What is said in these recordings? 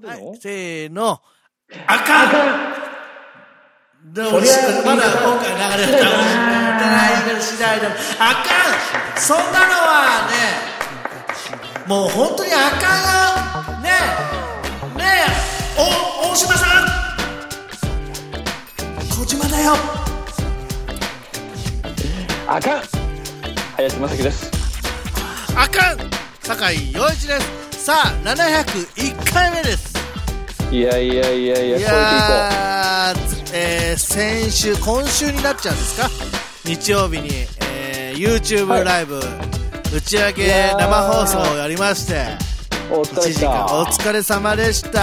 はい、せーの。あかん。どうしまだ今回流れたないしないだ。あかん。そんなのはね、もう本当にあかんよ。ねえ、ねえ、大島さん。小島だよ。 あかん。林正樹です。 あかん。酒井陽一です。さあ701回目です。 いや、超えていこう。今週になっちゃうんですか。日曜日に、YouTube ライブ、打ち上げ生放送をやりまして、 お疲れ様。 お疲れ様でした。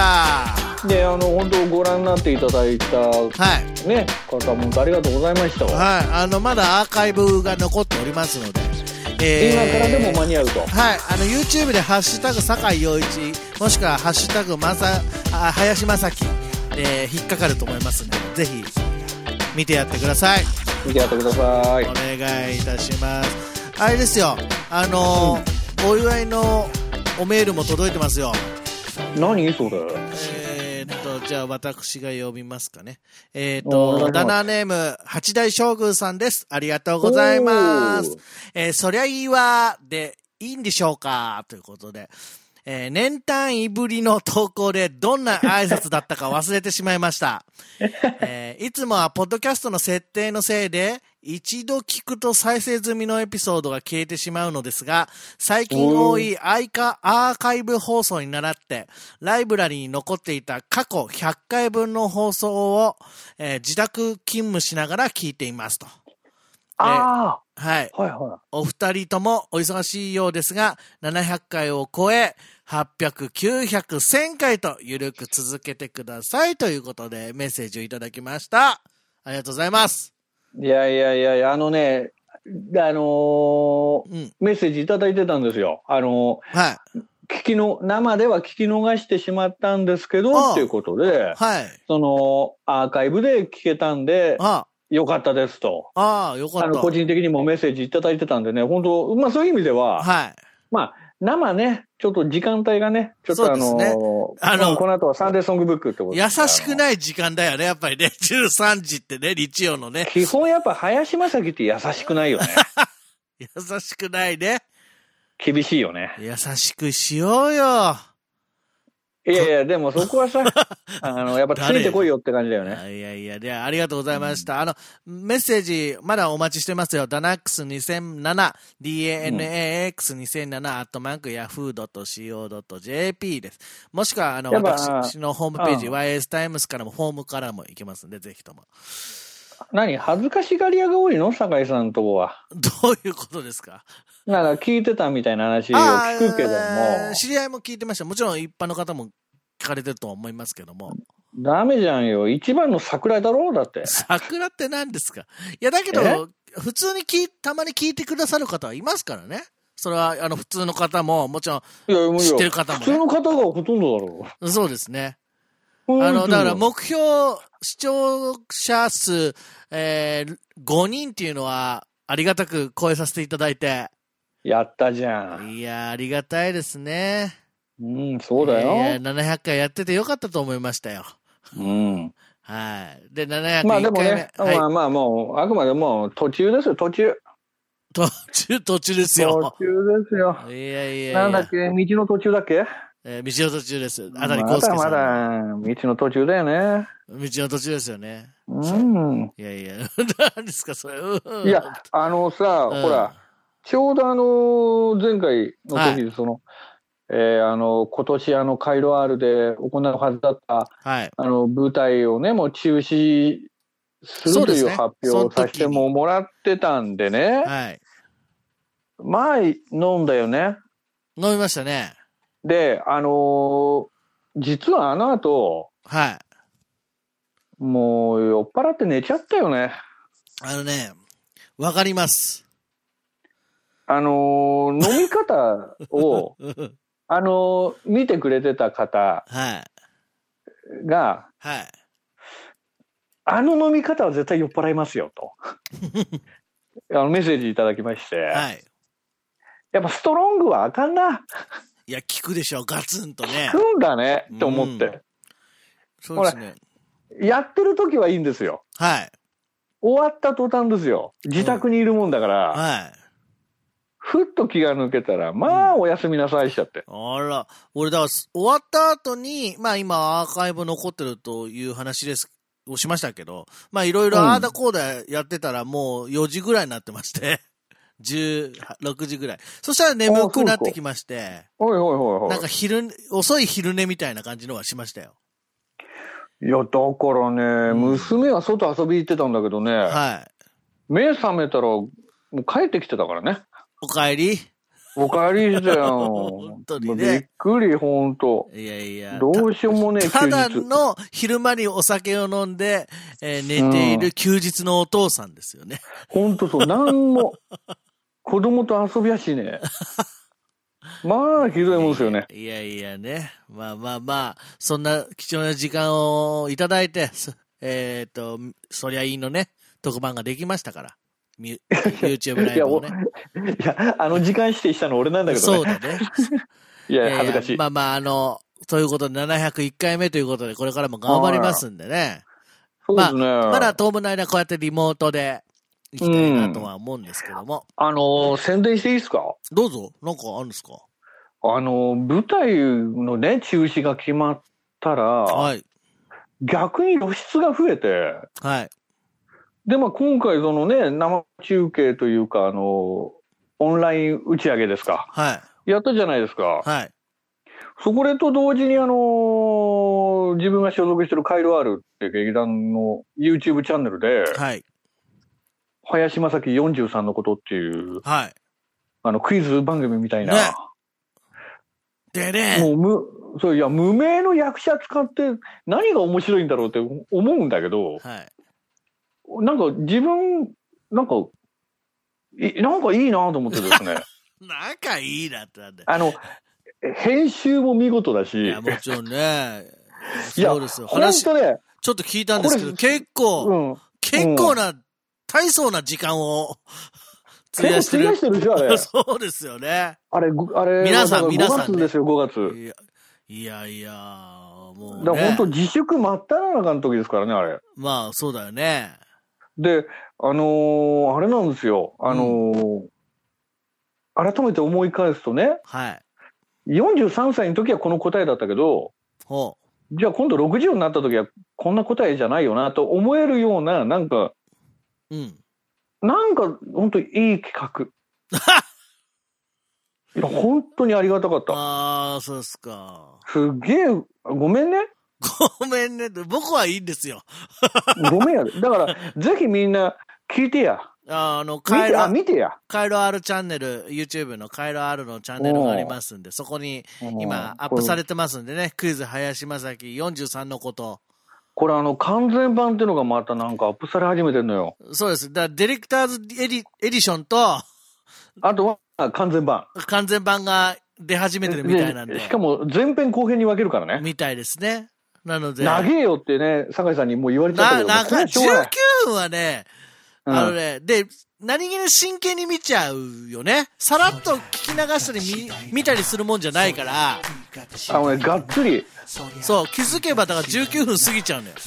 で、本当ご覧になっていただいた、 はいね、方もありがとうございました。 はい、まだアーカイブが残っておりますので、 今からでも間に合うと。 はい、YouTube でハッシュタグ酒井陽一もしくはハッシュタグ林正樹で引っかかると思いますので、ぜひ見てやってください。 見てやってください。 お願いいたします。あれですよ、お祝いのおメールも届いてますよ。 何それ。 じゃあ私が呼びますかね。ダナーネーム八代将軍さんです。ありがとうございます。そりゃいいわでいいんでしょうかということで、年単位ぶりの投稿でどんな挨拶だったか忘れてしまいました。いつもはポッドキャストの設定のせいで一度聞くと再生済みのエピソードが消えてしまうのですが、最近多いアーカイブ放送に倣ってライブラリーに残っていた過去100回分の放送を、自宅勤務しながら聞いていますと。はい。お二人ともお忙しいようですが、700回を超え、800、900、1000回とゆるく続けてくださいということでメッセージをいただきました。ありがとうございます。 いや、メッセージいただいてたんですよ。はい。生では聞き逃してしまったんですけど、っていうことで、はい。アーカイブで聞けたんで、よかったですと。 よかった。 個人的にもメッセージいただいてたんでね、本当そういう意味では、はい。生ね、ちょっと時間帯がね、ちょっとこの後はサンデーソングブックってことで。 優しくない時間だよね、やっぱりね。13時ってね、日曜のね。 基本やっぱ林正樹って優しくないよね。 優しくないね。 厳しいよね。 優しくしようよ。 いや、でもそこはさ、やっぱついてこいよって感じだよね。 いや、で、ありがとうございました。メッセージ、まだお待ちしてますよ。danax2007、danax2007、yahoo.co.jp です。もしくは、私のホームページ、YS タイムスからも、ホームからも行けますんで、ぜひとも。 恥ずかしがり屋が多いの酒井さんのとこは。 どういうことですか？ 聞いてたみたいな話を聞くけども。 知り合いも聞いてました。もちろん一般の方も聞かれてるとは思いますけども。 ダメじゃんよ。一番の桜だろうだって。 桜って何ですか？いや、だけど、普通にたまに聞いてくださる方はいますからね。それは、普通の方も、もちろん、知ってる方も、ね。 普通の方がほとんどだろう。そうですね。だから目標視聴者数、5人っていうのはありがたく超えさせていただいて。 やったじゃん。 いや、ありがたいですね。 そうだよ。 700回やっててよかったと思いましたよ。はい。で、701回目。 でもね、もう、あくまでも途中ですよ、途中ですよ。 途中ですよ。 いや。 なんだっけ、道の途中だっけ？ 道の途中です。あたりこうすけさん。 まだ道の途中だよね。 道の途中ですよね。いや、何ですか、それ。 いや、ほら、ちょうど前回の時に今年カイロ R で行うはずだった、舞台をね、もう中止するという発表をさせてもらってたんでね。はい。前飲んだよね。 飲みましたね。 で、実は後、はい。もう酔っ払って寝ちゃったよね。 わかります。 飲み方を、見てくれてた方が、はい。飲み方は絶対酔っ払いますよと。メッセージいただきまして。はい。やっぱストロングはあかんな。 いや、効くでしょ、ガツンとね。 効くんだね、って思って。 そうですね。 やってる時はいいんですよ。 はい。 終わった途端ですよ。自宅にいるもんだから。 はい。 ふっと気が抜けたら、まあ、おやすみなさいしちゃって。 あら、俺、だから、終わった後に、まあ今、アーカイブ残ってるという話をしましたけど、まあいろいろあーだこーだやってたら、もう4時ぐらいになってまして、16時ぐらい。そしたら眠くなってきまして、なんか遅い昼寝みたいな感じのはしましたよ。 いや、だからね、娘は外遊び行ってたんだけどね、 はい。 目覚めたら、もう帰ってきてたからね。 お帰りしたよ。 本当にね。 びっくり、ほんと。 いやいや。 どうしようもねえ、 ただの昼間にお酒を飲んで、寝ている休日のお父さんですよね。 ほんとそう。なんも、子供と遊びやしね。まあ、ひどいもんですよね。 いやいやね。まあ、そんな貴重な時間をいただいて、そりゃいいのね、特番ができましたから。YouTube ライブをね。 いや、時間指定したの俺なんだけどね。 そうだね。 いや、恥ずかしい。 まあ、ということで701回目ということで、これからも頑張りますんでね。 そうですね。 まだ当分の間こうやってリモートで行きたいなとは思うんですけども。 宣伝していいですか？ どうぞ。なんかあるんですか？ 舞台のね、中止が決まったら、はい。逆に露出が増えて、はい。で、まあ今回そのね、生中継というか、オンライン打ち上げですか。はい。やったじゃないですか。はい。そこでと同時に自分が所属してるカイロ R って劇団の YouTube チャンネルで、はい。林正樹43のことっていう、はい。クイズ番組みたいな。ね。でね。そういや、無名の役者使って何が面白いんだろうって思うんだけど、はい。なんか自分、なんかいいなと思ってですね。 なんかいいなってなんだよ。編集も見事だし。 いや、もちろんね。 そうですよ。話、ちょっと聞いたんですけど、結構な、大層な時間を費やしてる。 費やしてるでしょ、あれ。 そうですよね。 あれ、 皆さん、 5月ですよ、5月。 いや、もう、ね。 だから本当自粛真っ只中の時ですからね、あれ。 まあ、そうだよね。 で、あれなんですよ。改めて思い返すとね。はい。43歳の時はこの答えだったけど、じゃあ今度60になった時はこんな答えじゃないよなと思えるような、なんか本当にいい企画。いや、本当にありがたかった。 ああ、そうですか。 すげえ、ごめんね。 ごめんね。僕はいいんですよ。 ごめんやで。だから、ぜひみんな聞いてや。見てや。 カイロ R チャンネル、YouTube のカイロ R のチャンネルがありますんで、そこに今アップされてますんでね、クイズ林正樹43のこと。 これ完全版っていうのがまたなんかアップされ始めてんのよ。 そうです。だからディレクターズエディションと、 あとは完全版。 完全版が出始めてるみたいなんで。 しかも前編後編に分けるからね。 みたいですね。なので。 長えよってね、酒井さんにもう言われちゃったけど。 なんか19分はね、で、何気に真剣に見ちゃうよね。さらっと聞き流したり見たりするもんじゃないから。 がっつり。 そう、気づけばだから19分過ぎちゃうのよ。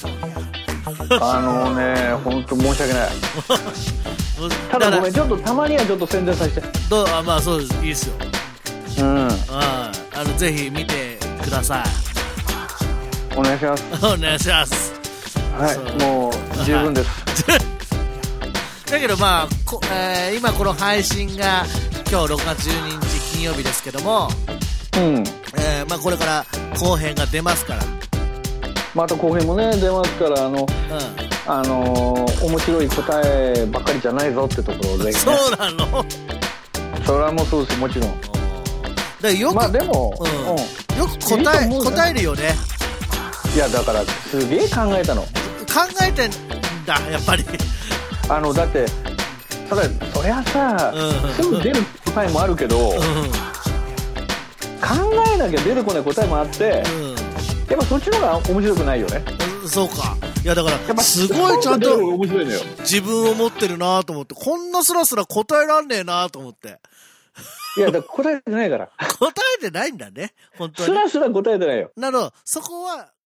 ほんと申し訳ない。ただごめん、ちょっとたまにはちょっと宣伝させて。 まあそうです、いいですよ。ぜひ見てください。 お願いします。 お願いします。 はい、もう十分です。 だけどまあ、今この配信が今日6月12日金曜日ですけども、まあこれから後編が出ますから。 また後編もね出ますから面白い答えばっかりじゃないぞってところで、ね。 そうなの？ それはもうそうです、もちろん。まあでも、 よく答えるよね。 いやだからすげえ考えたの。考えてんだやっぱり。 だってそりゃさ、すぐ出る答えもあるけど、考えなきゃ出てこない答えもあって、やっぱそっちの方が面白くないよね。 そうか。いやだからすごいちゃんと面白いのよ。 自分を持ってるなと思って、こんなスラスラ答えらんねえなと思って。 いや、だから答えてないから。 答えてないんだね。本当に。 すらすら答えてないよ。 なるほど。そこは、